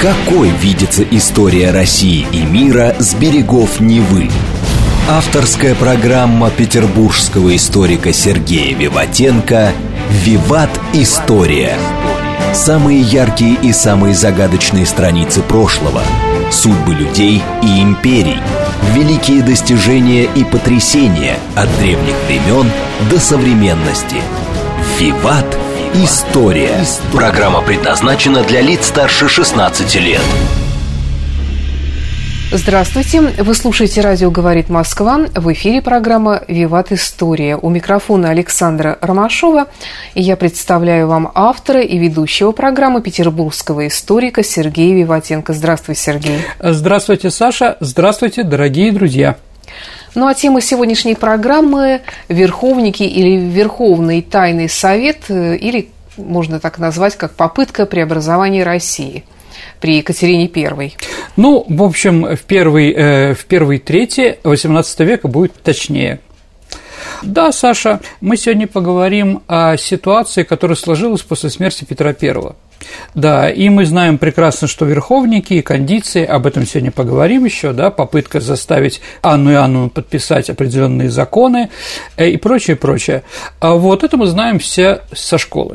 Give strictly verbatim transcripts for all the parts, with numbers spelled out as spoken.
Какой видится история России и мира с берегов Невы? Авторская программа петербургского историка Сергея Виватенко «Виват. История». Самые яркие и самые загадочные страницы прошлого, судьбы людей и империй, великие достижения и потрясения от древних времен до современности. «Виват. История». Программа предназначена для лиц старше шестнадцати лет. Здравствуйте! Вы слушаете «Радио говорит Москва». В эфире программа «Виват. История». У микрофона Александра Ромашова. И я представляю вам автора и ведущего программы петербургского историка Сергея Виватенко. Здравствуй, Сергей! Здравствуйте, Саша! Здравствуйте, дорогие друзья! Ну а тема сегодняшней программы – Верховники или Верховный Тайный Совет, или можно так назвать, как попытка преобразования России при Екатерине Первой. Ну, в общем, в первой, э, в первой трети восемнадцатого века будет точнее. Да, Саша, мы сегодня поговорим о ситуации, которая сложилась после смерти Петра Первого. Да, и мы знаем прекрасно, что верховники и кондиции, об этом сегодня поговорим еще, да, попытка заставить Анну Иоанновну подписать определенные законы э, и прочее, прочее. А вот это мы знаем все со школы.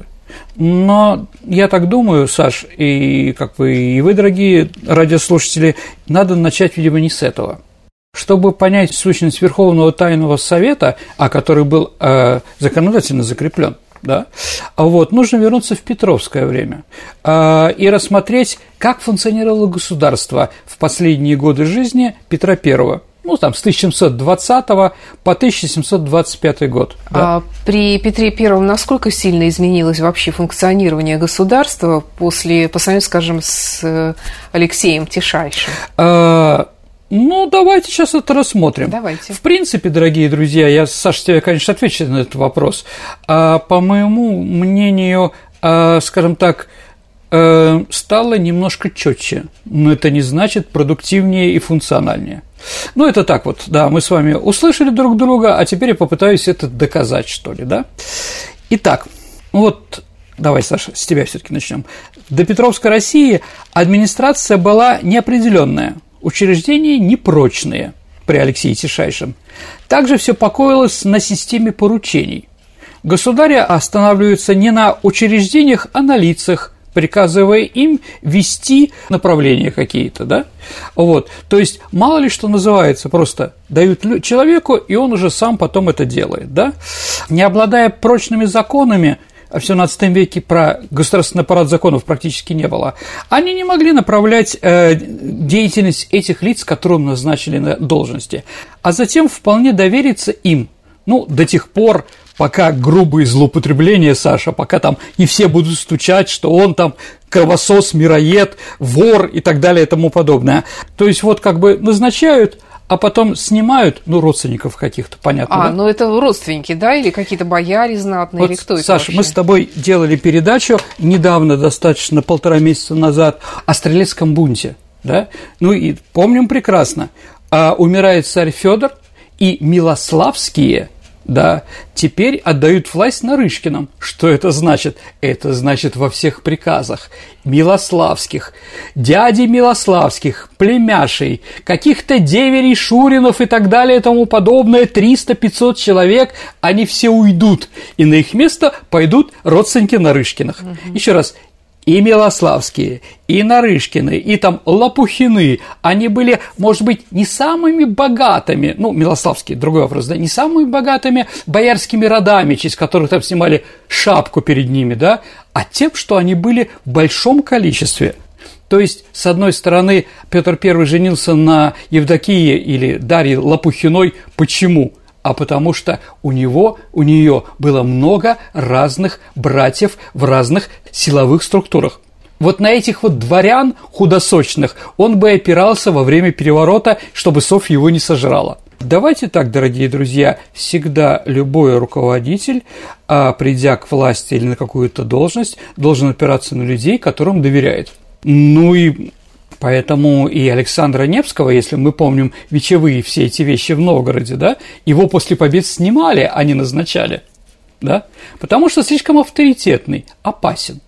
Но я так думаю, Саш, и как вы, и вы, дорогие радиослушатели, надо начать, видимо, не с этого. Чтобы понять сущность Верховного Тайного Совета, а который был э, законодательно закреплен, да, вот, нужно вернуться в Петровское время э, и рассмотреть, как функционировало государство в последние годы жизни Петра Первого. Ну, там, с тысяча семьсот двадцатого по тысяча семьсот двадцать пятый год. Да? А при Петре Первом насколько сильно изменилось вообще функционирование государства после, по сравнению, скажем, с Алексеем Тишайшим? А, ну, давайте сейчас это рассмотрим. Давайте. В принципе, дорогие друзья, я, Саша, тебе, конечно, отвечу на этот вопрос. А, по моему мнению, а, скажем так, стало немножко четче, но это не значит продуктивнее и функциональнее. Ну, это так вот, да, мы с вами услышали друг друга, а теперь я попытаюсь это доказать, что ли, да? Итак, вот, давай, Саша, с тебя все-таки начнем. До Петровской России администрация была неопределенная, учреждения непрочные при Алексее Тишайшем. Также все покоилось на системе поручений. Государи останавливаются не на учреждениях, а на лицах, приказывая им вести направления какие-то, да, вот, то есть мало ли что называется, просто дают человеку, и он уже сам потом это делает, да, не обладая прочными законами, а в семнадцатом веке про государственный аппарат законов практически не было, они не могли направлять э, деятельность этих лиц, которым назначили на должности, а затем вполне довериться им, ну, до тех пор, пока грубые злоупотребления, Саша, пока там не все будут стучать, что он там кровосос, мироед, вор и так далее и тому подобное. То есть вот как бы назначают, а потом снимают, ну, родственников каких-то, понятно, А, да? ну это родственники, да, или какие-то бояре знатные, вот, или кто это Саша, вообще? мы с тобой делали передачу недавно, достаточно полтора месяца назад, о Стрелецком бунте, да? Ну и помним прекрасно, а, умирает царь Фёдор, и Милославские, да, теперь отдают власть Нарышкиным. Что это значит? Это значит во всех приказах Милославских, дяди Милославских, племяшей, каких-то деверей, шуринов и так далее и тому подобное, триста-пятьсот человек, они все уйдут, и на их место пойдут родственники Нарышкиных. Угу. Еще раз. И Милославские, и Нарышкины, и там Лопухины, они были, может быть, не самыми богатыми, ну, Милославские, другой вопрос, да, не самыми богатыми боярскими родами, через которых там снимали шапку перед ними, да, а тем, что они были в большом количестве. То есть, с одной стороны, Петр Первый женился на Евдокии или Дарье Лопухиной. Почему? А потому что у него, у нее было много разных братьев в разных силовых структурах. Вот на этих вот дворян худосочных он бы опирался во время переворота, чтобы Софья его не сожрала. Давайте так, дорогие друзья, всегда любой руководитель, придя к власти или на какую-то должность, должен опираться на людей, которым доверяет. Ну и поэтому и Александра Невского, если мы помним вечевые все эти вещи в Новгороде, да, его после побед снимали, а не назначали, да, потому что слишком авторитетный, опасен.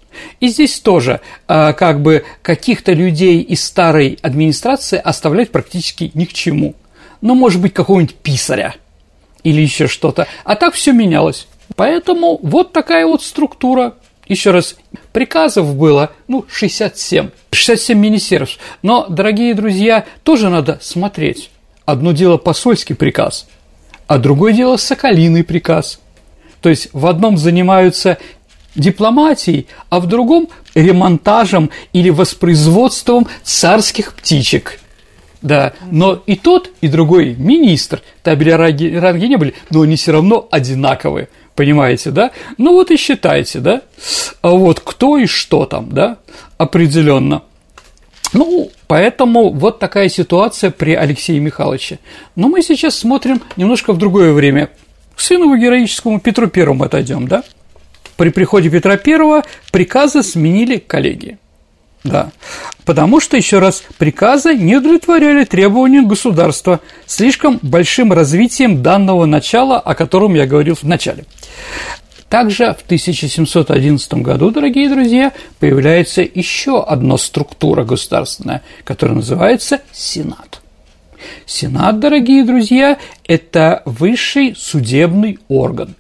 И здесь тоже как бы каких-то людей из старой администрации оставлять практически ни к чему. Ну, может быть, какого-нибудь писаря или еще что-то. А так все менялось. Поэтому вот такая вот структура. Еще раз, приказов было, ну, шестьдесят семь. шестьдесят семь министерств. Но, дорогие друзья, тоже надо смотреть. Одно дело посольский приказ, а другое дело соколиный приказ. То есть в одном занимаются дипломатией, а в другом ремонтажем или воспроизводством царских птичек. Да, но и тот, и другой министр, табели ранги, ранги не были, но они все равно одинаковые, понимаете, да? Ну вот и считайте, да, вот кто и что там, да, определенно. Ну, поэтому вот такая ситуация при Алексее Михайловиче. Но мы сейчас смотрим немножко в другое время. К сыну героическому Петру Первому отойдем, да? При приходе Петра Первого приказы сменили коллегии. Да, потому что, еще раз, приказы не удовлетворяли требованиям государства слишком большим развитием данного начала, о котором я говорил в начале. Также в тысяча семьсот одиннадцатом году, дорогие друзья, появляется еще одна структура государственная, которая называется Сенат. Сенат, дорогие друзья, это высший судебный орган.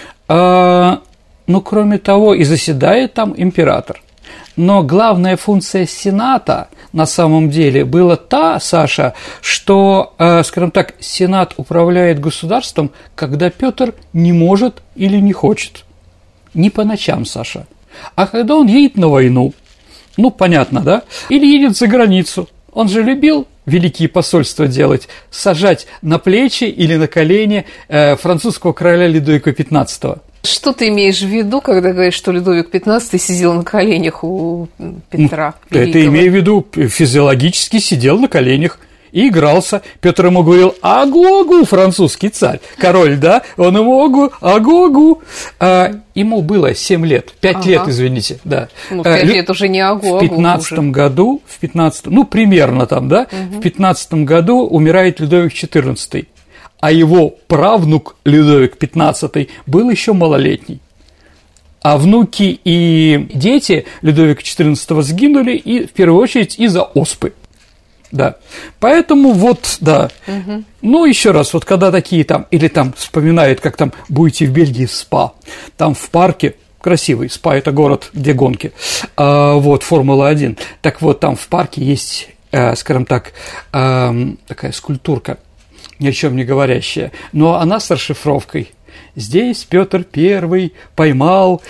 А, ну, кроме того, и заседает там император. Но главная функция Сената на самом деле была та, Саша, что, э, скажем так, Сенат управляет государством, когда Петр не может или не хочет. Не по ночам, Саша, а когда он едет на войну. Ну, понятно, да? Или едет за границу. Он же любил великие посольства делать, сажать на плечи или на колени э, французского короля Людовика пятнадцатого. Что ты имеешь в виду, когда говоришь, что Людовик пятнадцатый сидел на коленях у Петра Великого? Это имею в виду, физиологически сидел на коленях и игрался. Петр ему говорил: «Агу-агу, французский царь». Король, да? Он ему: «Агу, агу-агу». А, ему было семь лет, пять ага. лет, извините, да. Ну, пять лет уже не агу-агу. В пятнадцатом году, в пятнадцатом, ну, примерно там, да, угу. в пятнадцатом году умирает Людовик четырнадцатый. А его правнук Людовик пятнадцатый был еще малолетний. А внуки и дети Людовика четырнадцатого сгинули, и в первую очередь из-за оспы. Да. Поэтому вот, да. Угу. Ну, еще раз, вот когда такие там, или там вспоминают, как там будете в Бельгии в СПА, там в парке, красивый, СПА – это город, где гонки, а, вот, Формула один. Так вот, там в парке есть, а, скажем так, а, такая скульптурка, ни о чем не говорящая, но она с расшифровкой. Здесь Петр Первый поймал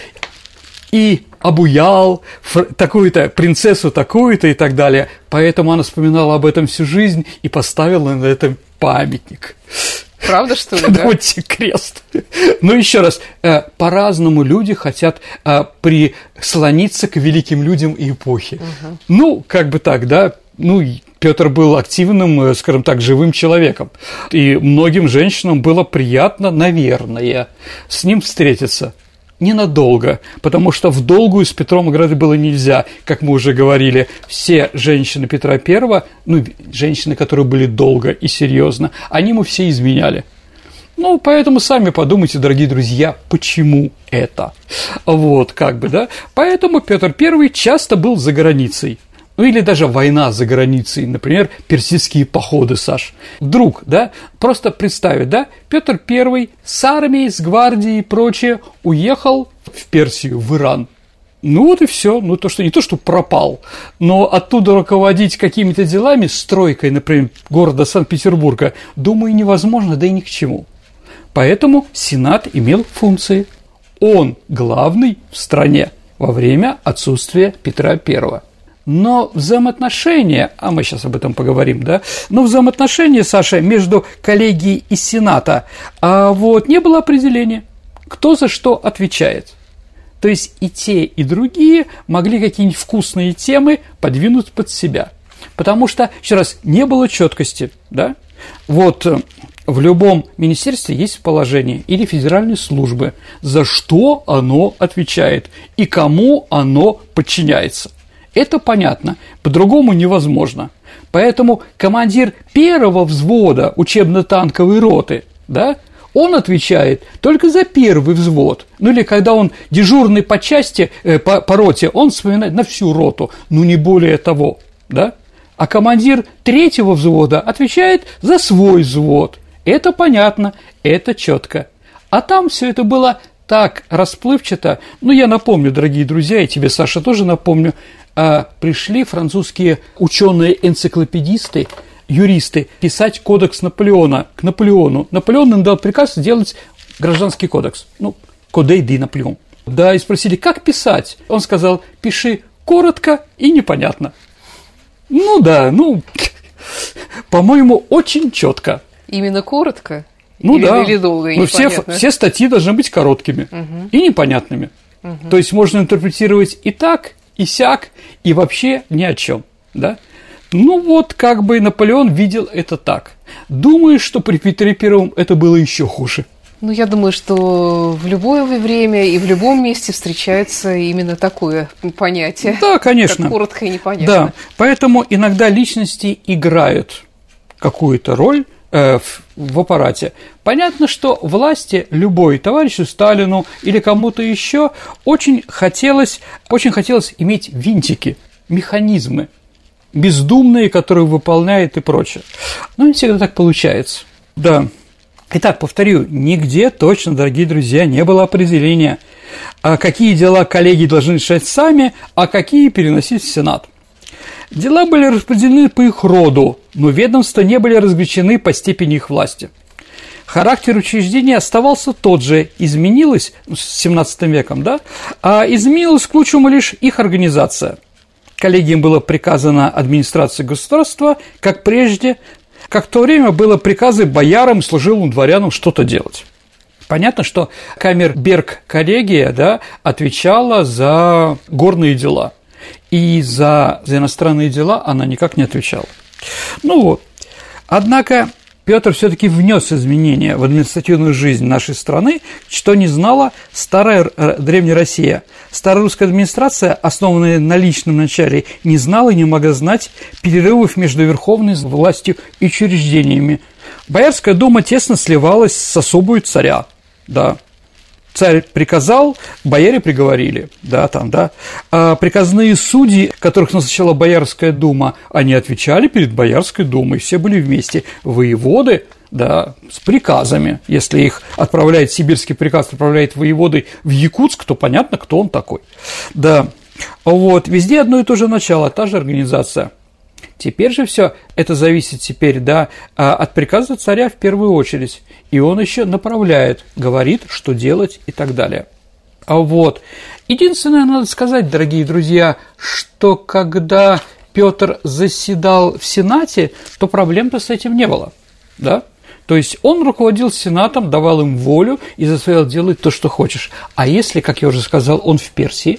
и обуял такую-то принцессу, такую-то и так далее. Поэтому она вспоминала об этом всю жизнь и поставила на этом памятник. Правда, что ли? Да? Вот крест. Ну, еще раз, по-разному люди хотят прислониться к великим людям эпохи. Угу. Ну, как бы так, да, ну, Петр был активным, скажем так, живым человеком, и многим женщинам было приятно, наверное, с ним встретиться. Ненадолго, потому что в долгую с Петром играть было нельзя, как мы уже говорили. Все женщины Петра Первого, ну, женщины, которые были долго и серьезно, они ему все изменяли. Ну, поэтому сами подумайте, дорогие друзья, почему это. Вот, как бы, да. Поэтому Петр Первый часто был за границей. Ну, или даже война за границей, например, персидские походы, Саш. Вдруг, да, просто представить, да, Петр Первый с армией, с гвардией и прочее уехал в Персию, в Иран. Ну, вот и все. Ну, то, что не то, что пропал, но оттуда руководить какими-то делами, стройкой, например, города Санкт-Петербурга, думаю, невозможно, да и ни к чему. Поэтому Сенат имел функции. Он главный в стране во время отсутствия Петра Первого. Но взаимоотношения, а мы сейчас об этом поговорим, да, но взаимоотношения, Саша, между коллегией и Сената, а вот не было определения, кто за что отвечает. То есть и те, и другие могли какие-нибудь вкусные темы подвинуть под себя, потому что, еще раз, не было четкости, да. Вот в любом министерстве есть положение или федеральной службы, за что оно отвечает и кому оно подчиняется. Это понятно, по-другому невозможно. Поэтому командир первого взвода учебно-танковой роты, да, он отвечает только за первый взвод. Ну или когда он дежурный по части, э, по, по роте, он вспоминает на всю роту, ну не более того, да? А командир третьего взвода отвечает за свой взвод. Это понятно, это четко. А там все это было так расплывчато. Ну, я напомню, дорогие друзья, и тебе, Саша, тоже напомню, а, пришли французские ученые-энциклопедисты, юристы, писать кодекс Наполеона к Наполеону. Наполеон им дал приказ сделать гражданский кодекс, ну, Кодей ди Наполеон. Да, и спросили, как писать? Он сказал, пиши коротко и непонятно. Ну да, ну, по-моему, очень четко. Именно коротко? Ну или, да, или долго и ну, все, все статьи должны быть короткими угу. и непонятными. Угу. То есть можно интерпретировать и так, и сяк, и вообще ни о чем, да? Ну вот, как бы Наполеон видел это так. Думаю, что при Петре Первом это было еще хуже. Ну, я думаю, что в любое время и в любом месте встречается именно такое понятие. Да, конечно. Как коротко и непонятно. Да, поэтому иногда личности играют какую-то роль э, в, в аппарате. Понятно, что власти любой, товарищу Сталину или кому-то еще, очень хотелось, очень хотелось иметь винтики, механизмы, бездумные, которые выполняет и прочее. Но не всегда так получается. Да. Итак, повторю, нигде точно, дорогие друзья, не было определения, какие дела коллеги должны решать сами, а какие переносить в Сенат. Дела были распределены по их роду, но ведомства не были разграничены по степени их власти. Характер учреждения оставался тот же, изменилось с семнадцатым веком, да, а изменилась к лучшему лишь их организация. Коллегиям было приказано администрации государства, как прежде, как в то время было приказы боярам, служилым дворянам что-то делать. Понятно, что камерберг-коллегия, да, отвечала за горные дела, и за, за иностранные дела она никак не отвечала. Ну вот, однако Петр все-таки внес изменения в административную жизнь нашей страны, что не знала старая Древняя Россия. Старая русская администрация, основанная на личном начале, не знала и не могла знать перерывов между верховной властью и учреждениями. Боярская дума тесно сливалась с особой царя, да. Царь приказал, бояре приговорили, да, там, да. А приказные судьи, которых назначала Боярская дума, они отвечали перед Боярской думой, все были вместе. Воеводы, да, с приказами. Если их отправляет, сибирский приказ отправляет воеводы в Якутск, то понятно, кто он такой. Да, вот, везде одно и то же начало, та же организация. Теперь же все это зависит теперь, да, от приказа царя в первую очередь, и он еще направляет, говорит, что делать и так далее. А вот, единственное, надо сказать, дорогие друзья, что когда Петр заседал в Сенате, то проблем-то с этим не было, да. То есть он руководил Сенатом, давал им волю и заставлял делать то, что хочешь. А если, как я уже сказал, он в Персии,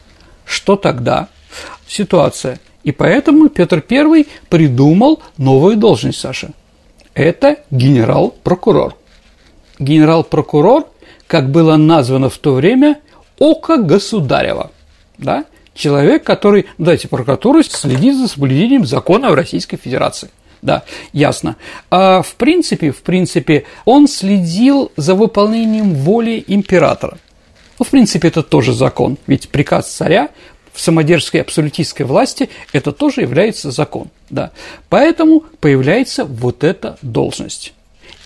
что тогда? Ситуация. И поэтому Петр Первый придумал новую должность, Саша. Это генерал-прокурор. Генерал-прокурор, как было названо в то время, око государева. Да? Человек, который, давайте, прокуратура следит за соблюдением закона в Российской Федерации. Да, ясно. А в принципе, в принципе, он следил за выполнением воли императора. Ну, в принципе, это тоже закон, ведь приказ царя в самодержской абсолютистской власти это тоже является закон, да. Поэтому появляется вот эта должность.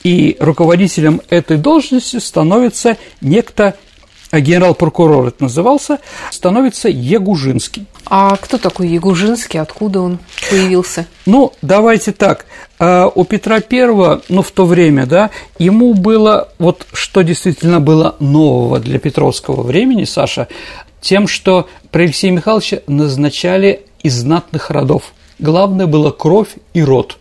И руководителем этой должности становится некто, генерал-прокурор это назывался, становится Ягужинский. А кто такой Ягужинский, откуда он появился? Ну, давайте так, у Петра Первого, ну, в то время, да, ему было, вот что действительно было нового для петровского времени, Саша, тем, что при Алексее Михайловиче назначали из знатных родов. Главное было кровь и род.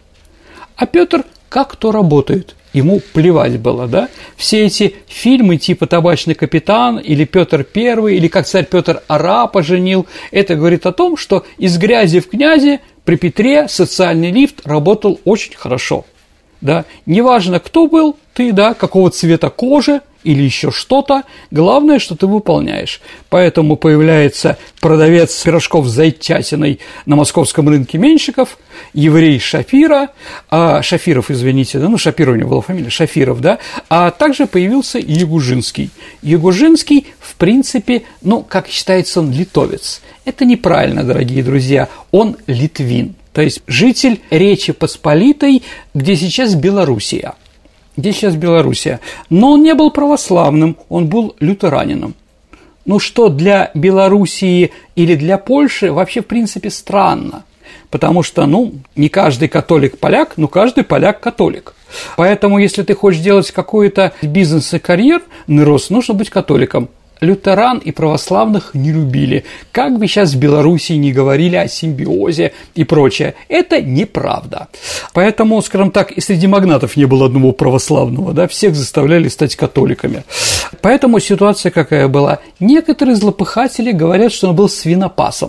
А Петр как кто работает, ему плевать было, да? Все эти фильмы типа «Табачный капитан» или «Петр Первый», или «Как царь Петр арапа женил», это говорит о том, что из грязи в князи при Петре социальный лифт работал очень хорошо, да? Неважно, кто был ты, да, какого цвета кожи или еще что-то, главное, что ты выполняешь. Поэтому появляется продавец пирожков с зайчатиной на московском рынке Меньшиков, еврей Шафира, а, Шафиров, извините, да, ну, Шапира у него была фамилия, Шафиров, да, а также появился и Ягужинский. Ягужинский, в принципе, ну, как считается, он литовец. Это неправильно, дорогие друзья, он литвин, то есть житель Речи Посполитой, где сейчас Белоруссия, где сейчас Белоруссия, но он не был православным, он был лютеранином. Ну, что для Белоруссии или для Польши вообще, в принципе, странно, потому что, ну, не каждый католик поляк, но каждый поляк католик. Поэтому, если ты хочешь делать какой-то бизнес и карьерный рост, нужно быть католиком. Лютеран и православных не любили. Как бы сейчас в Белоруссии не говорили о симбиозе и прочее, это неправда. Поэтому, скажем так, и среди магнатов не было одного православного, да, всех заставляли стать католиками. Поэтому ситуация какая была? Некоторые злопыхатели говорят, что он был свинопасом.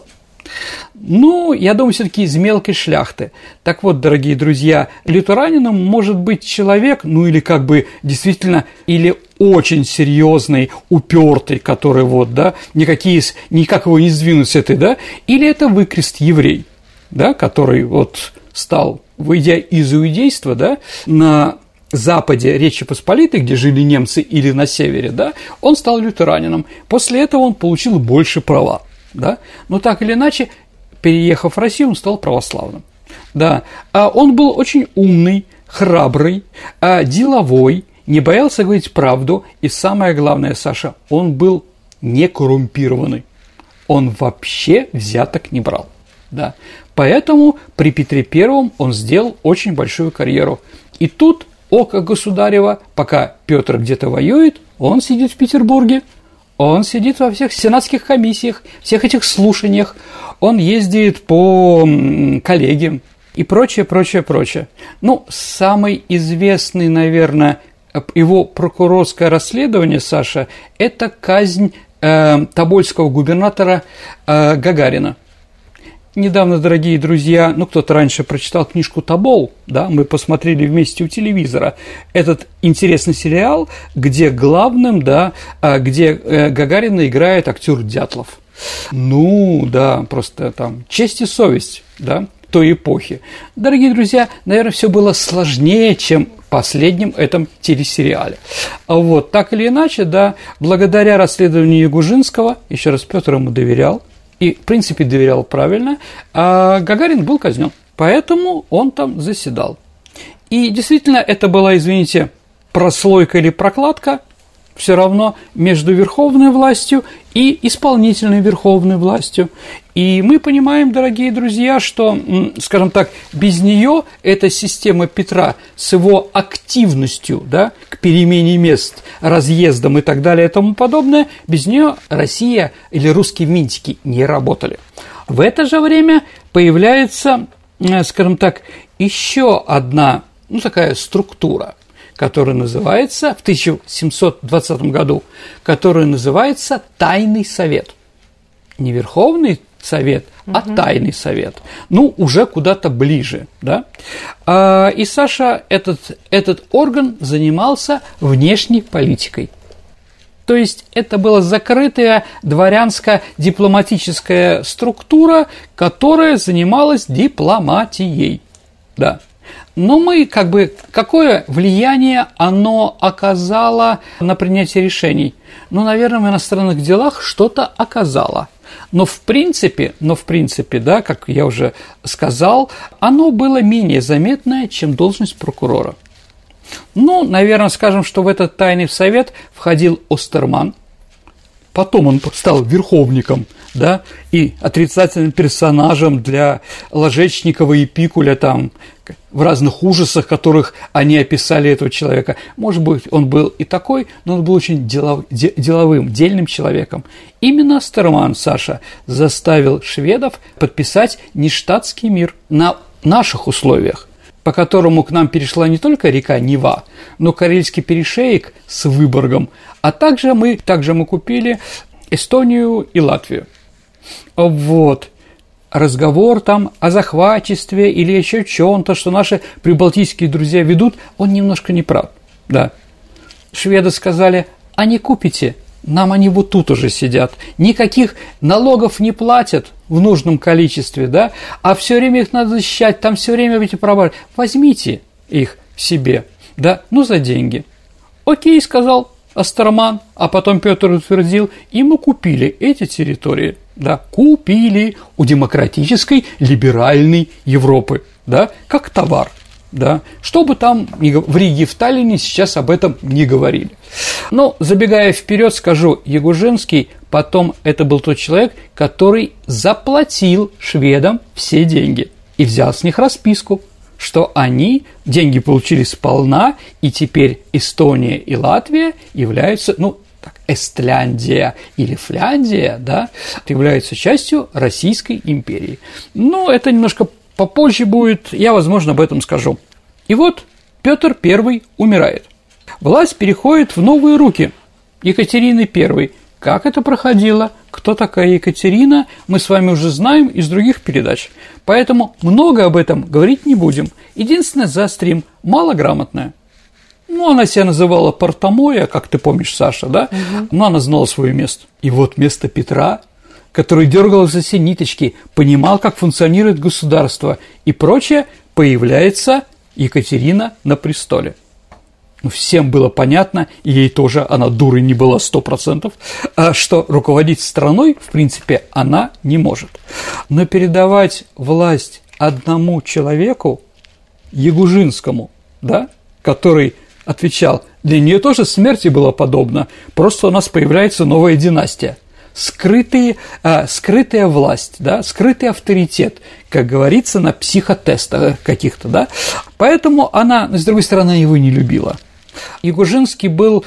Ну, я думаю, все-таки из мелкой шляхты. Так вот, дорогие друзья, лютеранином может быть человек, ну или как бы действительно, или очень серьезный, упертый, который вот, да, никакие, никак его не сдвинуть с этой, да, или это выкрест еврей, да, который вот стал, выйдя из иудейства, да, на западе Речи Посполитой, где жили немцы, или на севере, да, он стал лютеранином. После этого он получил больше права. Да? Но так или иначе, переехав в Россию, он стал православным. Да. А он был очень умный, храбрый, деловой, не боялся говорить правду, и самое главное, Саша, он был не коррумпированный, он вообще взяток не брал. Да. Поэтому при Петре Первом он сделал очень большую карьеру. И тут око государева, пока Петр где-то воюет, он сидит в Петербурге. Он сидит во всех сенатских комиссиях, всех этих слушаниях, он ездит по коллегиям и прочее, прочее, прочее. Ну, самый известный, наверное, его прокурорское расследование, Саша, это казнь э, тобольского губернатора э, Гагарина. Недавно, дорогие друзья, ну, кто-то раньше прочитал книжку «Тобол», да, мы посмотрели вместе у телевизора этот интересный сериал, где главным, да, где Гагарина играет актер Дятлов. Ну, да, просто там честь и совесть, да, той эпохи. Дорогие друзья, наверное, все было сложнее, чем в последнем этом телесериале. Вот, так или иначе, да, благодаря расследованию Ягужинского, еще раз, Петр ему доверял, и, в принципе, доверял правильно, а Гагарин был казнен, поэтому он там заседал. И действительно, это была, извините, прослойка или прокладка все равно между верховной властью и исполнительной верховной властью. И мы понимаем, дорогие друзья, что, скажем так, без нее эта система Петра с его активностью, да, к перемене мест, разъездам и так далее и тому подобное, без нее Россия или русские винтики не работали. В это же время появляется, скажем так, еще одна, ну, такая структура, которая называется, в тысяча семьсот двадцатом году, которая называется Тайный совет. Не Верховный совет, угу. а Тайный совет. Ну, уже куда-то ближе, да. А, и, Саша, этот, этот орган занимался внешней политикой. То есть это была закрытая дворянско-дипломатическая структура, которая занималась дипломатией, да. Но мы, как бы, какое влияние оно оказало на принятие решений? Ну, наверное, в иностранных делах что-то оказало. Но в принципе, но в принципе, да, как я уже сказал, оно было менее заметное, чем должность прокурора. Ну, наверное, скажем, что в этот тайный совет входил Остерман. Потом он стал верховником, да, и отрицательным персонажем для Ложечникова и Пикуля там, в разных ужасах, которых они описали этого человека. Может быть, он был и такой, но он был очень делов, де, деловым, дельным человеком. Именно Остерман, Саша, заставил шведов подписать нештатский мир на наших условиях, по которому к нам перешла не только река Нева, но Карельский перешеек с Выборгом, а также мы, также мы купили Эстонию и Латвию. Вот. Разговор там о захватчестве или еще чем-то, что наши прибалтийские друзья ведут, он немножко не прав. Да. Шведы сказали: а не купите, нам они вот тут уже сидят. Никаких налогов не платят в нужном количестве, да, а все время их надо защищать, там все время эти права. Возьмите их себе, да, ну за деньги. Окей, сказал Остерман, а потом Петр утвердил, и мы купили эти территории, да, купили у демократической либеральной Европы, да, как товар. Да, что бы там в Риге, в Таллине сейчас об этом не говорили. Но, забегая вперед, скажу, Ягужинский потом это был тот человек, который заплатил шведам все деньги и взял с них расписку, что они деньги получили сполна, и теперь Эстония и Латвия являются, ну, так, Эстляндия или Фляндия, да, являются частью Российской империи. Но это немножко попозже будет, я, возможно, об этом скажу. И вот Петр Первый умирает. Власть переходит в новые руки Екатерины Первой. Как это проходило, кто такая Екатерина, мы с вами уже знаем из других передач. Поэтому много об этом говорить не будем. Единственное, заострим, малограмотная. Ну, она себя называла Портомоя, как ты помнишь, Саша, да? Угу. Но она знала свое место. И вот место Петра, который дергал за все ниточки, понимал, как функционирует государство и прочее, появляется Екатерина на престоле. Ну, всем было понятно, и ей тоже, она дурой не была сто процентов, что руководить страной, в принципе, она не может. Но передавать власть одному человеку, Ягужинскому, да, который отвечал, для нее тоже смерти было подобно, просто у нас появляется новая династия. Скрытые, а, скрытая власть, да, скрытый авторитет, как говорится, на психотестах каких-то, да. Поэтому она, с другой стороны, его не любила. Ягужинский был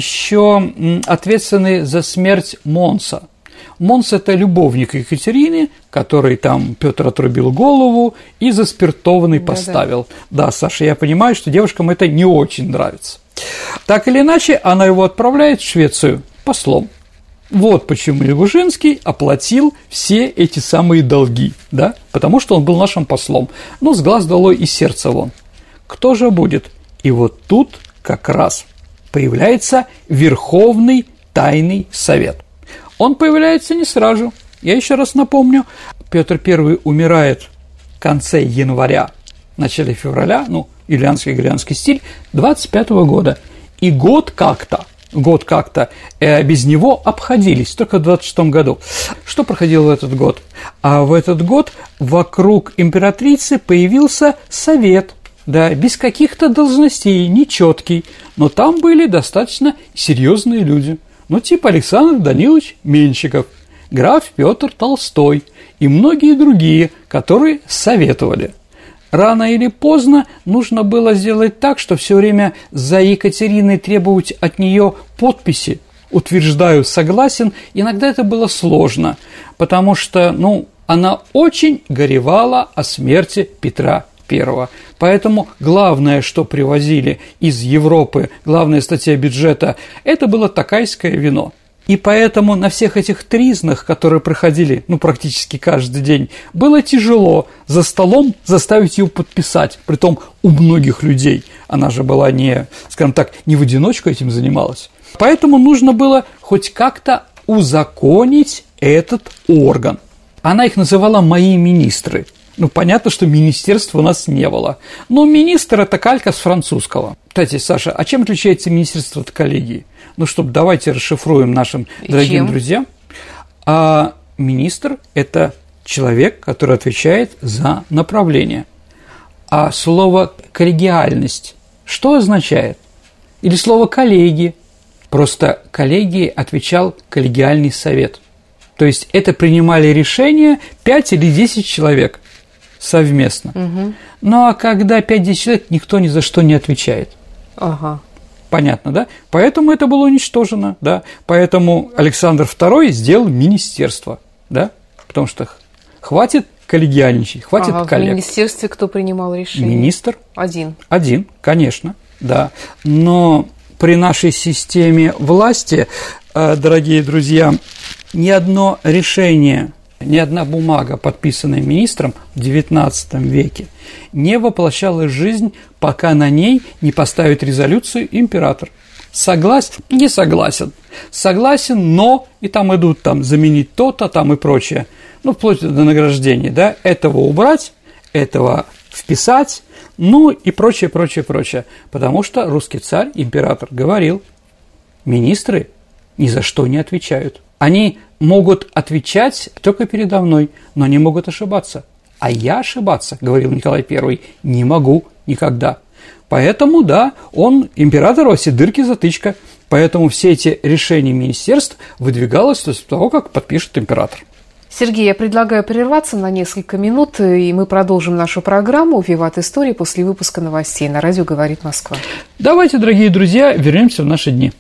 еще ответственный за смерть Монса. Монс – это любовник Екатерины, который там Петр отрубил голову и заспиртованный поставил. Да, да, Саша, я понимаю, что девушкам это не очень нравится. Так или иначе, она его отправляет в Швецию послом. Вот почему Ягужинский оплатил все эти самые долги, да, потому что он был нашим послом. Ну, с глаз долой и сердца вон. Кто же будет? И вот тут как раз появляется Верховный Тайный Совет. Он появляется не сразу. Я еще раз напомню, Петр Первый умирает в конце января, в начале февраля, ну, юлианско-григорианский стиль, двадцать пятого года. И год как-то, год как-то э, без него обходились, только в двадцать шестом году. Что проходило в этот год? А в этот год вокруг императрицы появился совет, да, без каких-то должностей, нечеткий, но там были достаточно серьезные люди, ну, типа Александр Данилович Меньшиков, граф Петр Толстой и многие другие, которые советовали. Рано или поздно нужно было сделать так, что все время за Екатериной требовать от нее подписи, утверждаю, согласен, иногда это было сложно, потому что, ну, она очень горевала о смерти Петра Первого. Поэтому главное, что привозили из Европы, главная статья бюджета, это было токайское вино. И поэтому на всех этих тризнах, которые проходили, ну, практически каждый день, было тяжело за столом заставить его подписать, притом у многих людей. Она же была не, скажем так, не в одиночку этим занималась. Поэтому нужно было хоть как-то узаконить этот орган. Она их называла «мои министры». Ну, понятно, что министерства у нас не было. Но министр – это калька с французского. Кстати, Саша, а чем отличается министерство от коллегии? Ну, чтобы давайте расшифруем нашим И дорогим чем? друзьям. А министр – это человек, который отвечает за направление. А слово «коллегиальность» что означает? Или слово «коллегии»? Просто коллегии отвечал коллегиальный совет. То есть это принимали решения пять или десять человек совместно. Угу. Ну, а когда пять-десять человек, никто ни за что не отвечает. Ага. Понятно, да? Поэтому это было уничтожено, да? Поэтому Александр Второй сделал министерство, да? Потому что хватит коллегиальничать, хватит ага, коллег. В министерстве кто принимал решение? Министр. Один. Один, конечно, да. Но при нашей системе власти, дорогие друзья, ни одно решение, ни одна бумага, подписанная министром в девятнадцатом веке, не воплощалась в жизнь, пока на ней не поставит резолюцию император. Согласен? Не согласен. Согласен, но и там идут там заменить то-то, там и прочее. Ну, вплоть до награждения, да, этого убрать, этого вписать, ну и прочее, прочее, прочее. Потому что русский царь, император, говорил, министры ни за что не отвечают. Они могут отвечать только передо мной, но они могут ошибаться. А я ошибаться, говорил Николай Первый, не могу никогда. Поэтому, да, он, император во все дырки затычка. Поэтому все эти решения министерств выдвигалось после того, как подпишет император. Сергей, я предлагаю прерваться на несколько минут, и мы продолжим нашу программу «Виват История» после выпуска новостей на радио «Говорит Москва». Давайте, дорогие друзья, вернемся в наши дни.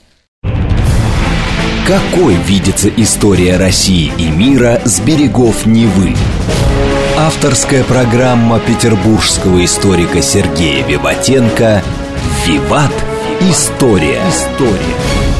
Какой видится история России и мира с берегов Невы? Авторская программа петербургского историка Сергея Виватенко «Виват. История». История.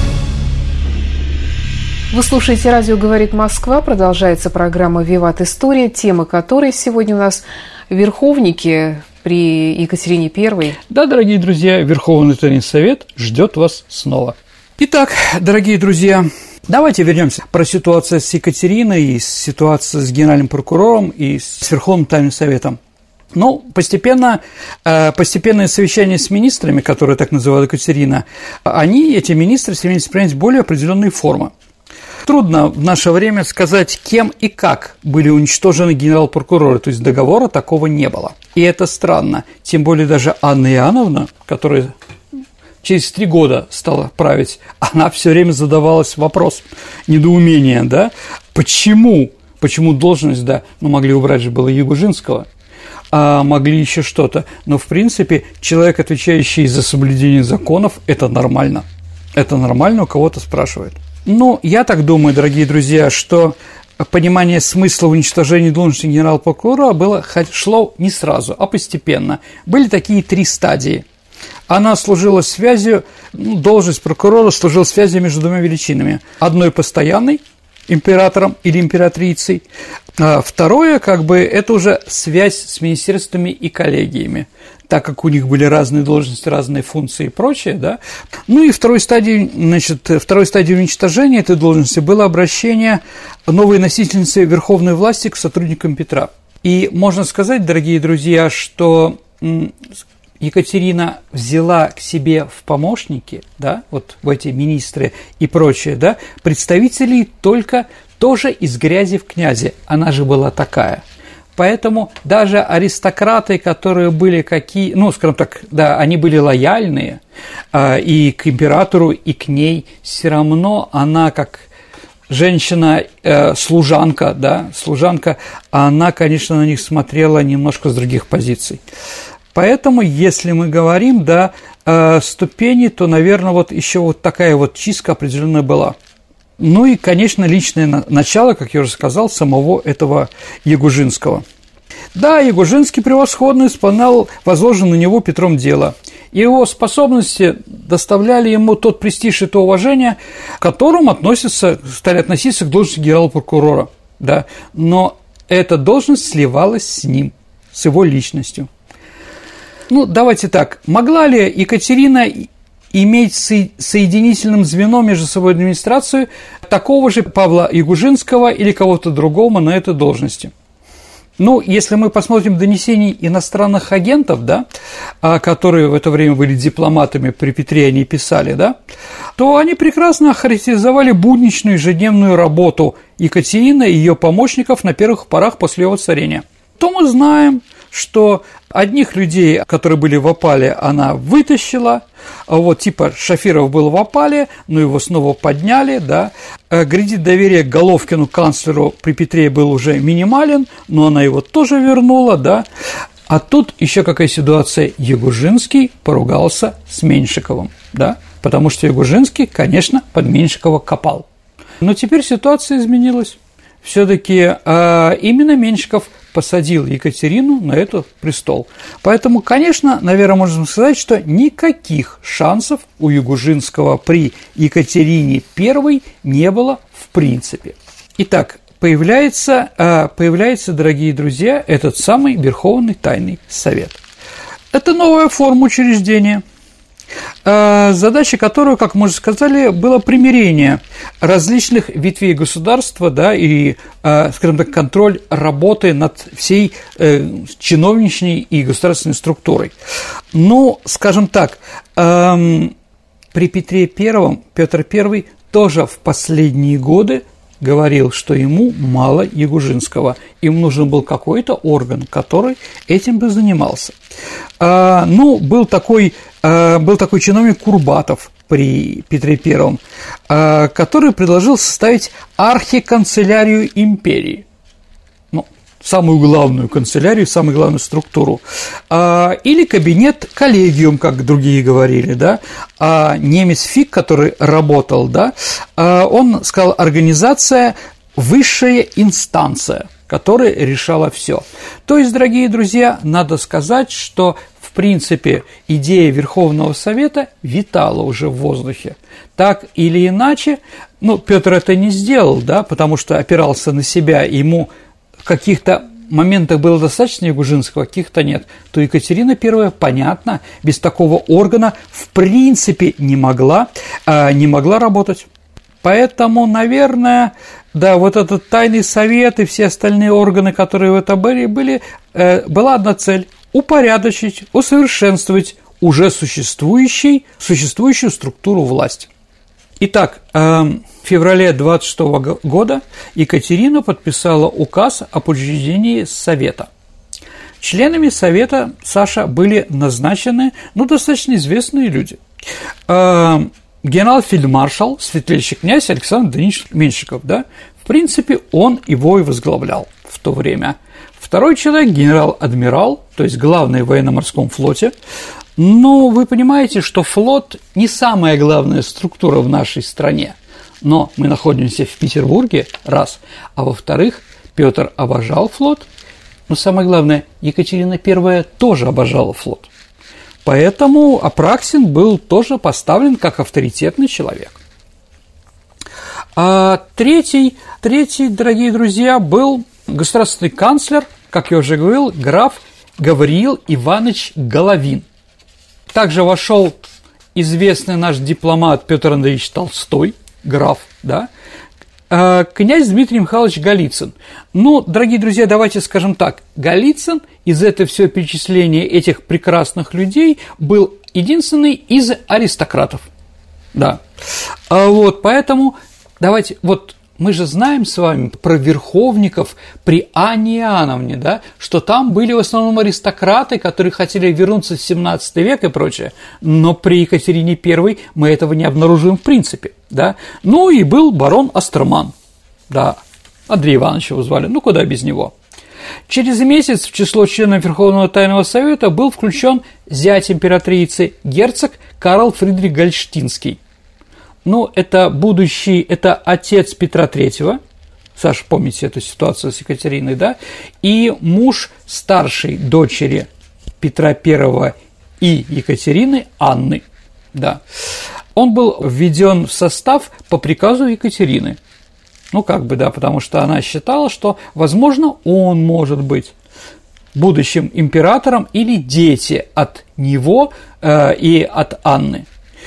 Вы слушаете «Радио говорит Москва». Продолжается программа «Виват История», тема которой сегодня у нас верховники при Екатерине Первой. Да, дорогие друзья, Верховный Тайный Совет ждет вас снова. Итак, дорогие друзья, давайте вернемся про ситуацию с Екатериной, и ситуацию с генеральным прокурором и с Верховным Тайным Советом. Ну, постепенно, постепенное совещание с министрами, которые так называла Екатерина, они, эти министры, стремились принять более определенные формы. Трудно в наше время сказать, кем и как были уничтожены генерал-прокуроры, то есть договора такого не было. И это странно, тем более даже Анна Иоанновна, которая через три года стала править, она все время задавалась вопрос недоумения, да, почему, почему должность, да, ну могли убрать же было Ягужинского, а могли еще что-то, но в принципе человек, отвечающий за соблюдение законов, это нормально, это нормально, у кого-то спрашивают. Ну, я так думаю, дорогие друзья, что понимание смысла уничтожения должности генерал-прокурора было, шло не сразу, а постепенно. Были такие три стадии. Она служила связью, ну, должность прокурора служила связью между двумя величинами. Одной постоянной, императором или императрицей, а второе, как бы, это уже связь с министерствами и коллегиями, так как у них были разные должности, разные функции и прочее, да. Ну и второй стадией, значит, второй стадией уничтожения этой должности было обращение новой носительницы верховной власти к сотрудникам Петра. И можно сказать, дорогие друзья, что Екатерина взяла к себе в помощники, да, вот в эти министры и прочее, да, представителей только тоже из грязи в князи, она же была такая. Поэтому даже аристократы, которые были какие, ну, скажем так, да, они были лояльные э, и к императору, и к ней, все равно она как женщина, э, служанка, да, служанка, она, конечно, на них смотрела немножко с других позиций. Поэтому, если мы говорим, да, э, ступени, то, наверное, вот еще вот такая вот чистка определенная была. Ну и, конечно, личное начало, как я уже сказал, самого этого Ягужинского. Да, Ягужинский превосходно исполнял возложенное на него Петром дело. Его способности доставляли ему тот престиж и то уважение, к которому относятся, стали относиться к должности генерал-прокурора. Да. Но эта должность сливалась с ним, с его личностью. Ну, давайте так, могла ли Екатерина иметь соединительным звеном между собой администрацию такого же Павла Ягужинского или кого-то другого на этой должности? Ну, если мы посмотрим донесения иностранных агентов, да, которые в это время были дипломатами при Петре, они писали, да, то они прекрасно охарактеризовали будничную ежедневную работу Екатерины и ее помощников на первых порах после его царения. То мы знаем, что одних людей, которые были в опале, она вытащила, вот типа Шафиров был в опале, но его снова подняли, да. Кредит доверия к Головкину, канцлеру при Петре, был уже минимален, но она его тоже вернула, да. А тут еще какая ситуация, Ягужинский поругался с Меньшиковым, да, потому что Ягужинский, конечно, под Меньшикова копал. Но теперь ситуация изменилась. Все-таки э, именно Меньшиков посадил Екатерину на этот престол. Поэтому, конечно, наверное, можно сказать, что никаких шансов у Ягужинского при Екатерине Первой не было в принципе. Итак, появляется, э, появляется, дорогие друзья, этот самый Верховный Тайный Совет. Это новая форма учреждения. задача которой, как мы уже сказали, было примирение различных ветвей государства, да, и, скажем так, контроль работы над всей чиновничной и государственной структурой. Ну, скажем так, при Петре Первом Петр Первый тоже в последние годы говорил, что ему мало Ягужинского, им нужен был какой-то орган, который этим бы занимался. А, ну, был такой, а, был такой чиновник Курбатов при Петре Первом, а, который предложил составить архиканцелярию империи. Ну, самую главную канцелярию, самую главную структуру, а, или кабинет-коллегиум, как другие говорили, да, а немец Фиг, который работал, да, а, он сказал, организация высшая инстанция, которая решала все. То есть, дорогие друзья, надо сказать, что в принципе идея Верховного Совета витала уже в воздухе. Так или иначе, ну, Петр это не сделал, да, потому что опирался на себя, ему в каких-то моментах было достаточно Ягужинского, каких-то нет, то Екатерина Первая, понятно, без такого органа в принципе не могла, а, не могла работать. Поэтому, наверное, да, вот этот тайный совет и все остальные органы, которые в этом были, были э, была одна цель – упорядочить, усовершенствовать уже существующий, существующую структуру власти. Итак, в феврале двадцать шестого года Екатерина подписала указ об учреждении Совета. Членами Совета, Саша, были назначены, ну, достаточно известные люди. Генерал-фельдмаршал, светлейший князь Александр Данилович Меньшиков, да, в принципе, он его и возглавлял в то время. Второй человек – генерал-адмирал, то есть главный в военно-морском флоте. Но вы понимаете, что флот не самая главная структура в нашей стране, но мы находимся в Петербурге, раз, а во-вторых, Петр обожал флот, но самое главное, Екатерина Первая тоже обожала флот. Поэтому Апраксин был тоже поставлен как авторитетный человек. А третий, третий, дорогие друзья, был государственный канцлер, как я уже говорил, граф Гавриил Иванович Головин. Также вошел известный наш дипломат Петр Андреевич Толстой, граф, да, князь Дмитрий Михайлович Голицын. Ну, дорогие друзья, давайте скажем так, Голицын из этого всего перечисления этих прекрасных людей был единственный из аристократов, да. Вот, поэтому давайте, вот мы же знаем с вами про верховников при Анне Иоанновне, да, что там были в основном аристократы, которые хотели вернуться в семнадцатый век и прочее, но при Екатерине Первой мы этого не обнаруживаем в принципе, да. Ну и был барон Остерман, да, Андрей Иванович его звали, ну куда без него. Через месяц в число членов Верховного Тайного Совета был включен зять императрицы герцог Карл Фридрих Гольштинский. Ну, это будущий, это отец Петра Третьего, Саша, помните эту ситуацию с Екатериной, да, и муж старшей дочери Петра Первого и Екатерины, Анны, да. Он был введен в состав по приказу Екатерины, ну, как бы, да, потому что она считала, что, возможно, он может быть будущим императором или дети от него э, и от Анны.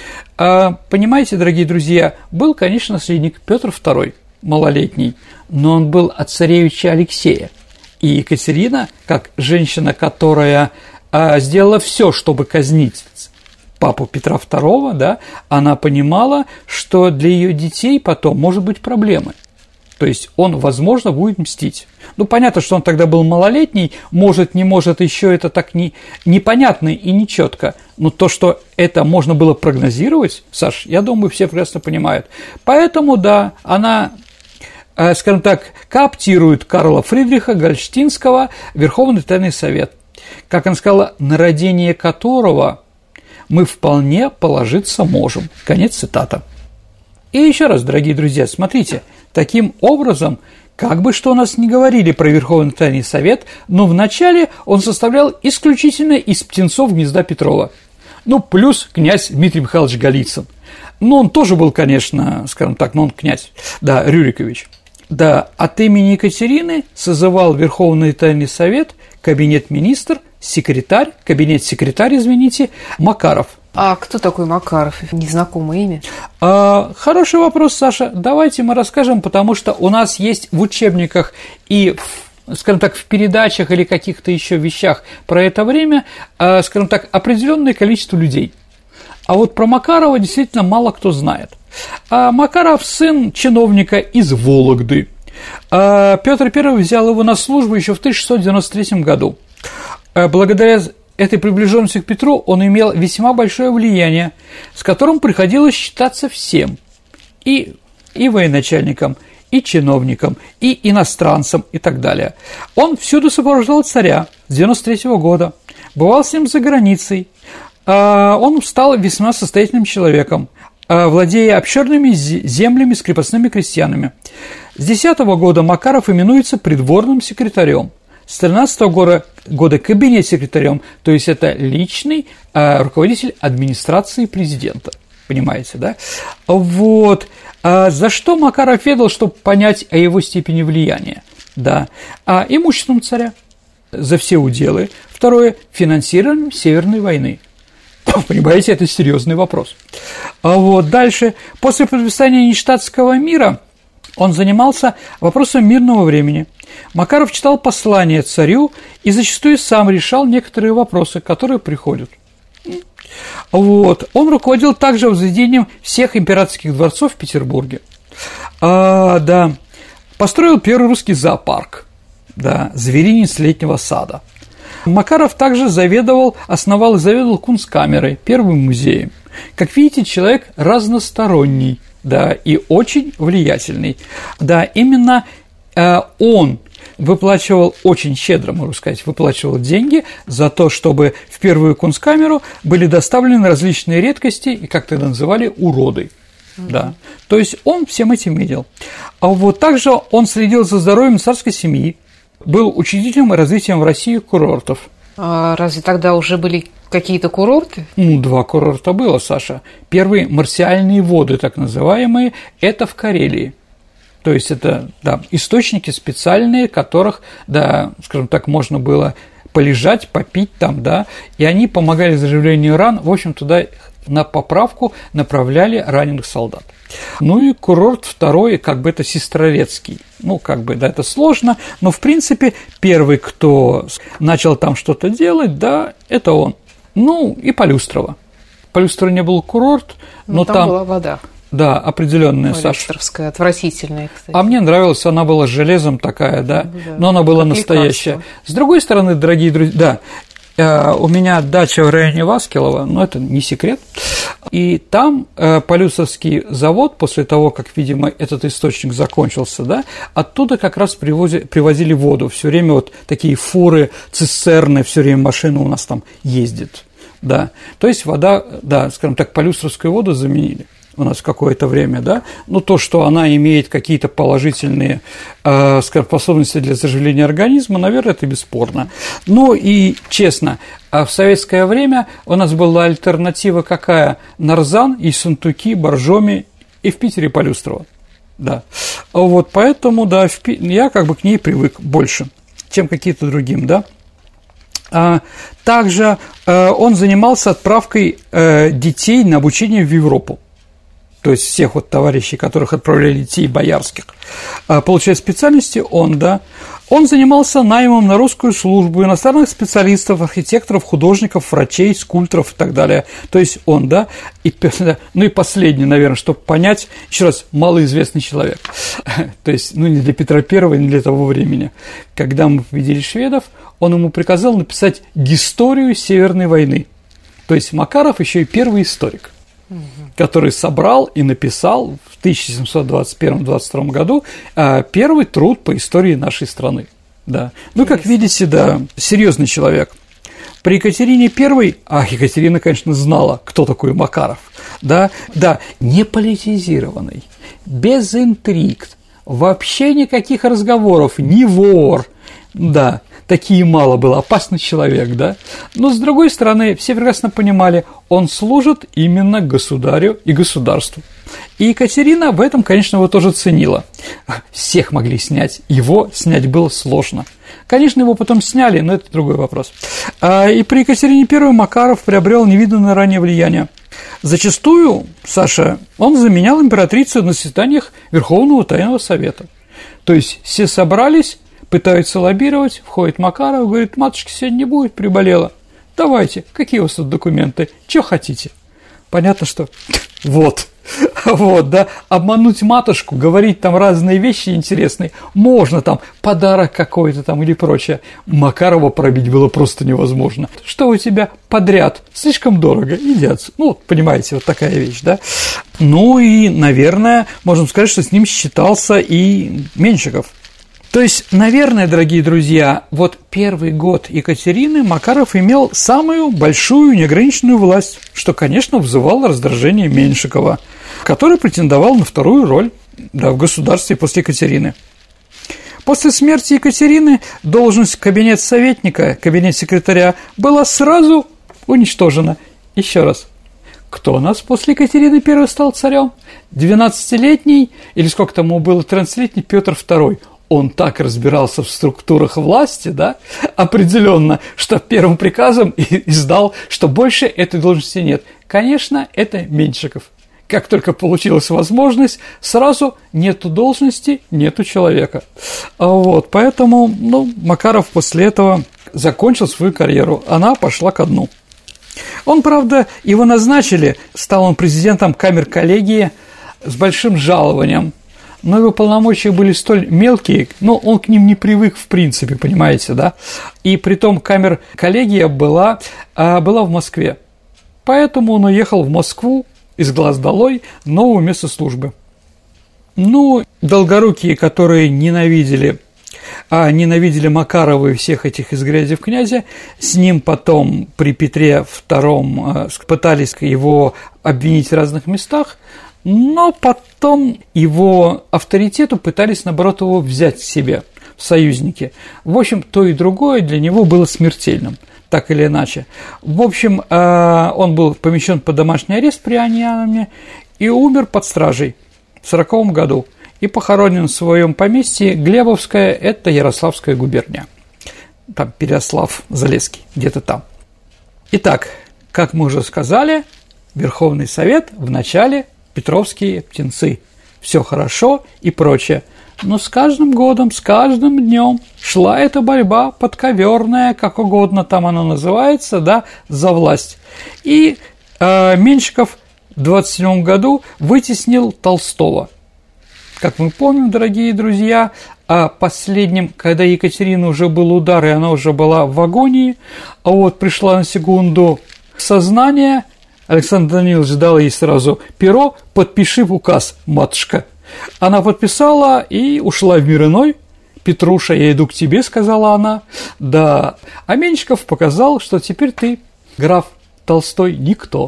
Понимаете, дорогие друзья, был, конечно, наследник Петр Второй, малолетний, но он был от царевича Алексея. И Екатерина, как женщина, которая сделала все, чтобы казнить папу Петра Второго, да, она понимала, что для ее детей потом может быть проблемы. То есть он, возможно, будет мстить. Ну, понятно, что он тогда был малолетний, может, не может, еще это так не, непонятно и нечетко. Но то, что это можно было прогнозировать, Саш, я думаю, все прекрасно понимают. Поэтому, да, она, э, скажем так, кооптирует Карла Фридриха Гольштинского в Верховный Тайный Совет. Как она сказала, на родение которого мы вполне положиться можем. Конец цитата. И еще раз, дорогие друзья, смотрите, таким образом, как бы что у нас ни говорили про Верховный Тайный Совет, но вначале он составлял исключительно из птенцов гнезда Петрова. Ну, плюс князь Дмитрий Михайлович Голицын. Ну, он тоже был, конечно, скажем так, но он князь, да, Рюрикович. Да, от имени Екатерины созывал Верховный Тайный Совет кабинет министр, секретарь, кабинет-секретарь, извините, Макаров. А кто такой Макаров? Незнакомое имя. А, хороший вопрос, Саша. Давайте мы расскажем, потому что у нас есть в учебниках и, скажем так, в передачах или каких-то еще вещах про это время, скажем так, определенное количество людей. А вот про Макарова действительно мало кто знает. А Макаров – сын чиновника из Вологды. А Петр Первый взял его на службу еще в тысяча шестьсот девяносто третьем году. А благодаря этой приближенности к Петру он имел весьма большое влияние, с которым приходилось считаться всем – и, и военачальникам, и чиновникам, и иностранцам, и так далее. Он всюду сопровождал царя с девяносто третьего года, бывал с ним за границей. Он стал весьма состоятельным человеком, владея обширными землями с крепостными крестьянами. С десятого года Макаров именуется придворным секретарем, с тринадцатого года кабинет-секретарем, то есть это личный руководитель администрации президента. Понимаете, да? Вот. А за что Макаров ведал, чтобы понять о его степени влияния? Да. А имуществом царя за все уделы. Второе – финансированием Северной войны. Понимаете, это серьезный вопрос. А вот дальше. После подписания Ништадтского мира он занимался вопросом мирного времени. Макаров читал послания царю и зачастую сам решал некоторые вопросы, которые приходят. Вот. Он руководил также возведением всех императорских дворцов в Петербурге. А, да. Построил первый русский зоопарк, да, зверинец летнего сада. Макаров также заведовал, основал и заведовал Кунсткамерой, первым музеем. Как видите, человек разносторонний, да, и очень влиятельный. Да, именно э, он выплачивал очень щедро, можно сказать, выплачивал деньги за то, чтобы в первую Кунсткамеру были доставлены различные редкости и, как тогда называли, уроды. Mm-hmm. Да. То есть он всем этим видел. А вот также он следил за здоровьем царской семьи, был учредителем и развитием в России курортов. А разве тогда уже были какие-то курорты? Ну, два курорта было, Саша. Первые – марсиальные воды, так называемые, это в Карелии. То есть это, да, источники специальные, которых, да, скажем так, можно было полежать, попить там, да, и они помогали заживлению ран. В общем, туда на поправку направляли раненых солдат. Ну и курорт второй, как бы это Сестрорецкий. Ну, как бы, да, это сложно, но, в принципе, первый, кто начал там что-то делать, да, это он. Ну, и Полюстрово. Полюстрово не был курорт, но, но там, там была вода. Да, определенная, Саша. Полюстровская, отвратительная, кстати. А мне нравилась, она была с железом такая, да, да, но она была как настоящая. Лекарство. С другой стороны, дорогие друзья, да, у меня дача в районе Васкилова, но это не секрет, и там Полюстровский завод, после того, как, видимо, этот источник закончился, да, оттуда как раз привозили, привозили воду, все время вот такие фуры, цистерны, все время машина у нас там ездит, да, то есть вода, да, скажем так, Полюстровскую воду заменили у нас какое-то время, да, ну, то, что она имеет какие-то положительные, э, скажем, способности для заживления организма, наверное, это бесспорно. Ну, и, честно, в советское время у нас была альтернатива какая? Нарзан, Ессентуки, Боржоми и в Питере Полюстрово, да. Вот, поэтому, да, в Пи... я как бы к ней привык больше, чем какие-то другим, да. А, также э, он занимался отправкой э, детей на обучение в Европу. То есть всех вот товарищей, которых отправляли детей боярских, получая специальности, он, да, он занимался наймом на русскую службу иностранных специалистов, архитекторов, художников, врачей, скульпторов и так далее. То есть он, да, и, ну и последний, наверное, чтобы понять, еще раз, малоизвестный человек. То есть, ну, не для Петра Первого, не для того времени. Когда мы победили шведов, он ему приказал написать историю Северной войны. То есть Макаров еще и первый историк, который собрал и написал в тысяча семьсот двадцать первом — двадцать втором году первый труд по истории нашей страны. Да. Ну, как видите, да, серьезный человек. При Екатерине Первой, а Екатерина, конечно, знала, кто такой Макаров, да, да, не политизированный, без интриг, вообще никаких разговоров, не вор, да, такие мало было, опасный человек, да. Но, с другой стороны, все прекрасно понимали, он служит именно государю и государству. И Екатерина в этом, конечно, его тоже ценила. Всех могли снять, его снять было сложно. Конечно, его потом сняли, но это другой вопрос. И при Екатерине Первой Макаров приобрел невиданное ранее влияние. Зачастую, Саша, он заменял императрицу на заседаниях Верховного Тайного Совета. То есть все собрались, пытаются лоббировать, входит Макаров, говорит: матушки сегодня не будет, приболела. Давайте, какие у вас тут документы, что хотите? Понятно, что вот. Вот, да, обмануть матушку, говорить там разные вещи интересные, можно там, подарок какой-то там или прочее. Макарова пробить было просто невозможно. Что у тебя подряд? Слишком дорого, иди отсюда. Ну, понимаете, вот такая вещь, да. Ну и, наверное, можем сказать, что с ним считался и Меньшиков. То есть, наверное, дорогие друзья, вот первый год Екатерины Макаров имел самую большую неограниченную власть, что, конечно, вызывало раздражение Меньшикова, который претендовал на вторую роль, да, в государстве после Екатерины. После смерти Екатерины должность кабинет-советника, кабинет-секретаря была сразу уничтожена. Еще раз. Кто у нас после Екатерины Первой стал царем? двенадцатилетний, или сколько там ему было, тринадцатилетний Петр Второй. Он так разбирался в структурах власти, да, определенно, что первым приказом издал, что больше этой должности нет. Конечно, это Меньшиков. Как только получилась возможность, сразу нету должности, нету человека. Вот, поэтому, ну, Макаров после этого закончил свою карьеру, она пошла ко дну. Он, правда, его назначили, стал он президентом камер-коллегии с большим жалованием. Но его полномочия были столь мелкие, но он к ним не привык в принципе, понимаете, да? И притом камер-коллегия была, была в Москве. Поэтому он уехал в Москву, из глаз долой, новое место службы. Ну, долгорукие, которые ненавидели, а ненавидели Макарова и всех этих из грязи в князи, с ним потом при Петре Втором пытались его обвинить в разных местах, но потом его авторитету пытались, наоборот, его взять к себе в союзники. В общем, то и другое для него было смертельным, так или иначе. В общем, он был помещен под домашний арест при Аньяновне и умер под стражей в сороковом году и похоронен в своем поместье Глебовское, это Ярославская губерния. Там Переяслав-Залесский, где-то там. Итак, как мы уже сказали, Верховный Совет в начале Петровские птенцы, все хорошо и прочее. Но с каждым годом, с каждым днем шла эта борьба подковерная, как угодно там она называется, да, за власть. И э, Меньшиков в двадцать седьмом году вытеснил Толстого. Как мы помним, дорогие друзья, о последнем, когда Екатерина уже был удар, и она уже была в агонии, а вот пришла на секунду сознание, Александр Данилович дал ей сразу перо: «Подпиши указ, матушка». Она подписала и ушла в мир иной. «Петруша, я иду к тебе», — сказала она. Да, а Меньшиков показал, что теперь ты, граф Толстой, никто.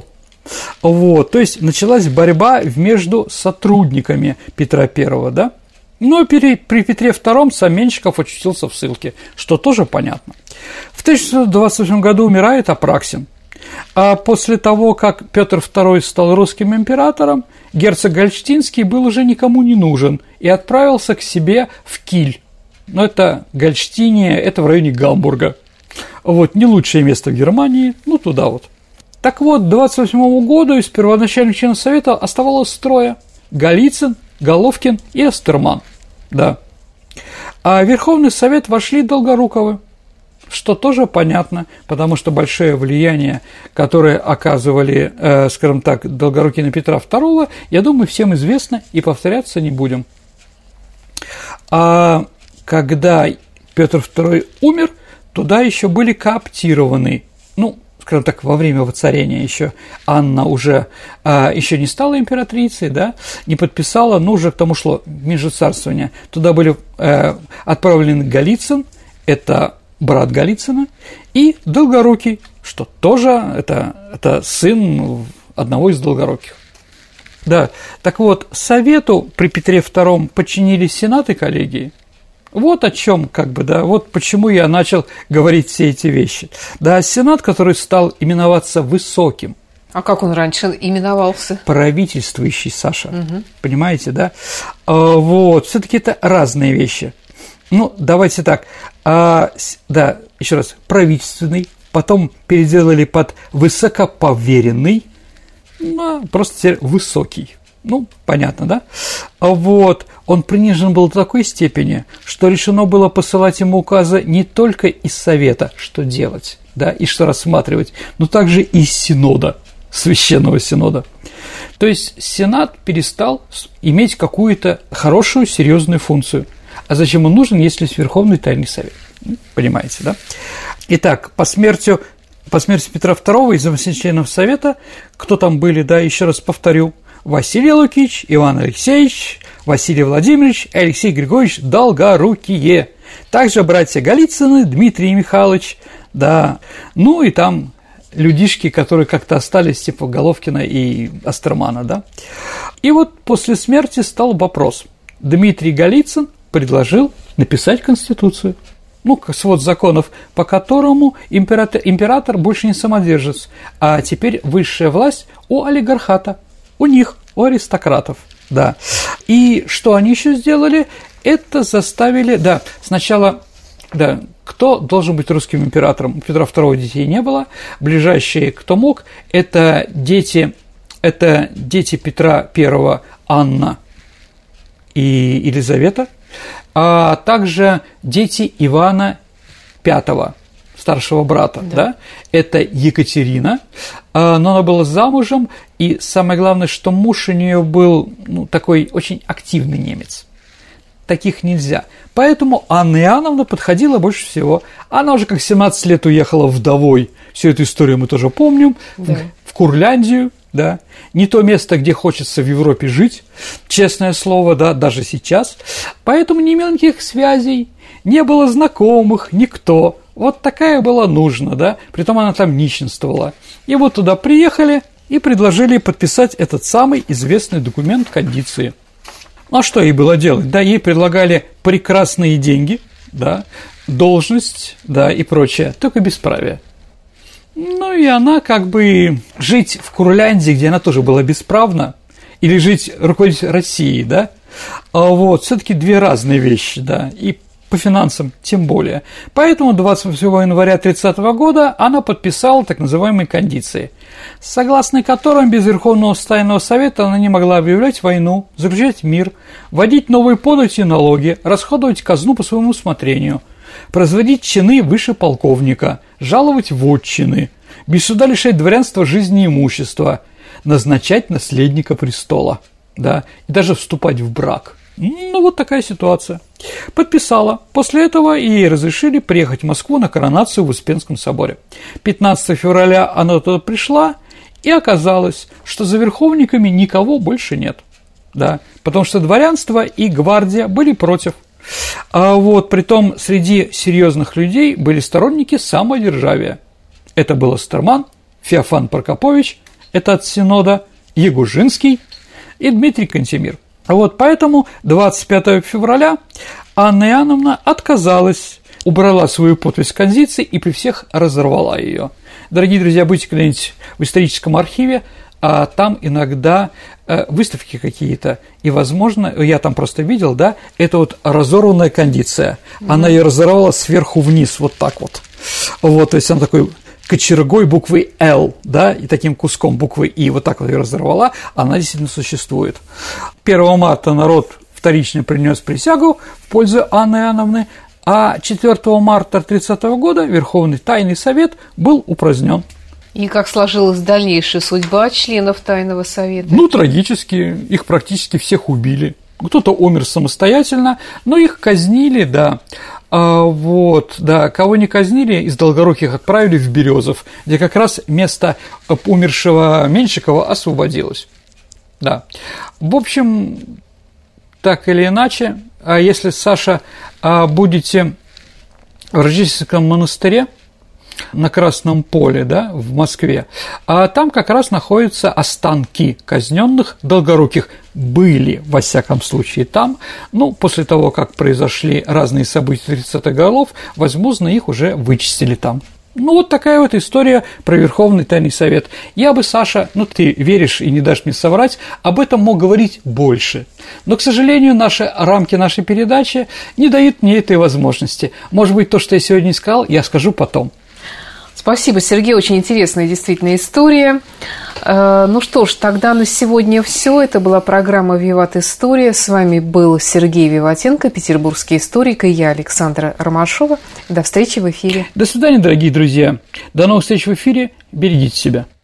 Вот, то есть началась борьба между сотрудниками Петра Первого, да? Но при, при Петре Втором сам Меньшиков очутился в ссылке, что тоже понятно. В тысяча девятьсот двадцать восьмом году умирает Апраксин. А после того, как Петр Второй стал русским императором, герцог Гольштинский был уже никому не нужен и отправился к себе в Киль. Но это Гольштиния, это в районе Гамбурга. Вот, не лучшее место в Германии, ну туда вот. Так вот, к двадцать восьмому году из первоначальных членов Совета оставалось трое: Голицын, Головкин и Остерман. Да. А в Верховный Совет вошли Долгоруковы, что тоже понятно, потому что большое влияние, которое оказывали, э, скажем так, Долгорукие на Петра Второго, я думаю, всем известно, и повторяться не будем. А когда Петр Второй умер, туда еще были кооптированы, ну, скажем так, во время воцарения еще Анна уже а, еще не стала императрицей, да, не подписала, но уже к тому шло межцарствование. Туда были э, отправлены Голицын, это брат Голицына, и Долгорукий, что тоже это, это сын одного из Долгоруких. Да, так вот, Совету при Петре Втором подчинились Сенат и коллегии. Вот о чем, как бы, да, вот почему я начал говорить все эти вещи. Да, Сенат, который стал именоваться высоким. А как он раньше именовался? Правительствующий, Саша. Угу. Понимаете, да? А, вот, все-таки это разные вещи. Ну, давайте так. А, да, еще раз, правительственный, потом переделали под высокоповеренный, ну, просто теперь высокий. Ну, понятно, да? Вот, он принижен был до такой степени, что решено было посылать ему указы не только из Совета, что делать, да, и что рассматривать, но также и из Синода, Священного Синода. То есть Сенат перестал иметь какую-то хорошую, серьезную функцию. А зачем он нужен, если есть Верховный Тайный Совет? Понимаете, да? Итак, по смерти, по смерти Петра второго из членов Совета, кто там были, да, еще раз повторю, Василий Лукич, Иван Алексеевич, Василий Владимирович и Алексей Григорьевич Долгорукие. Также братья Голицыны, Дмитрий Михайлович, да, ну и там людишки, которые как-то остались, типа Головкина и Остермана, да. И вот после смерти стал вопрос. Дмитрий Голицын предложил написать Конституцию. Ну, свод законов, по которому император, император больше не самодержец, а теперь высшая власть у олигархата. У них, у аристократов, да. И что они еще сделали? Это заставили, да, сначала, да, кто должен быть русским императором? У Петра второго детей не было. Ближайшие, кто мог, это дети, это дети Петра первого, Анна и Елизавета, а также дети Ивана пятого, старшего брата, да. Да? Это Екатерина, но она была замужем, и самое главное, что муж у нее был, ну, такой очень активный немец. Таких нельзя. Поэтому Анна Иоанновна подходила больше всего. Она уже как семнадцать лет уехала вдовой, всю эту историю мы тоже помним, да. в Курляндию, да, не то место, где хочется в Европе жить, честное слово, да, даже сейчас. Поэтому не имела никаких связей, не было знакомых, никто. Вот такая была нужна, да, притом она там нищенствовала. И вот туда приехали и предложили подписать этот самый известный документ кондиции. Ну, а что ей было делать? Да, ей предлагали прекрасные деньги, да, должность, да, и прочее, только бесправие. Ну, и она как бы жить в Курляндии, где она тоже была бесправна, или жить, руководить Россией, да, а вот, все-таки две разные вещи, да, и по финансам тем более. Поэтому двадцать восьмого января тридцатого года она подписала так называемые кондиции, согласно которым без Верховного Тайного Совета она не могла объявлять войну, заключать мир, вводить новые подати и налоги, расходовать казну по своему усмотрению, производить чины выше полковника, жаловать вотчины, без суда лишать дворянства жизни и имущества, назначать наследника престола, да, и даже вступать в брак. Ну, вот такая ситуация. Подписала. После этого ей разрешили приехать в Москву на коронацию в Успенском соборе. пятнадцатого февраля она туда пришла, и оказалось, что за верховниками никого больше нет. Да, потому что дворянство и гвардия были против. А вот притом среди серьезных людей были сторонники самодержавия. Это был Остерман, Феофан Прокопович, это от Синода, Ягужинский и Дмитрий Кантемир. Вот поэтому двадцать пятого февраля Анна Иоанновна отказалась, убрала свою подпись в кондиции и при всех разорвала ее. Дорогие друзья, будьте когда-нибудь в историческом архиве, а там иногда э, выставки какие-то, и, возможно, я там просто видел, да, это вот разорванная кондиция. Mm-hmm. Она ее разорвала сверху вниз, вот так вот. Вот, то есть она такой кочергой буквы «Л», да, и таким куском буквы «И», вот так вот ее разорвала, она действительно существует. первого марта народ вторично принес присягу в пользу Анны Иоанновны, а четвёртого марта тридцатого года Верховный Тайный Совет был упразднен. И как сложилась дальнейшая судьба членов Тайного Совета? Ну, трагически, их практически всех убили. Кто-то умер самостоятельно, но их казнили, да. А, вот, да, кого не казнили, из Долгоруких отправили в Березов, где как раз место умершего Меньшикова освободилось. Да. В общем, так или иначе, если, Саша, будете в Рождественском монастыре, на Красном поле, да, в Москве, а там как раз находятся останки казненных Долгоруких. Были, во всяком случае, там. Ну, после того, как произошли разные события тридцатых годов, возможно, их уже вычистили там. Ну, вот такая вот история про Верховный Тайный Совет. Я бы, Саша, ну, ты веришь и не дашь мне соврать, об этом мог говорить больше. Но, к сожалению, наши рамки нашей передачи не дают мне этой возможности. Может быть, то, что я сегодня сказал, я скажу потом. Спасибо, Сергей, очень интересная действительно история. Ну что ж, тогда на сегодня все. Это была программа «Виват История». С вами был Сергей Виватенко, петербургский историк, и я, Александра Ромашова. До встречи в эфире. До свидания, дорогие друзья. До новых встреч в эфире. Берегите себя.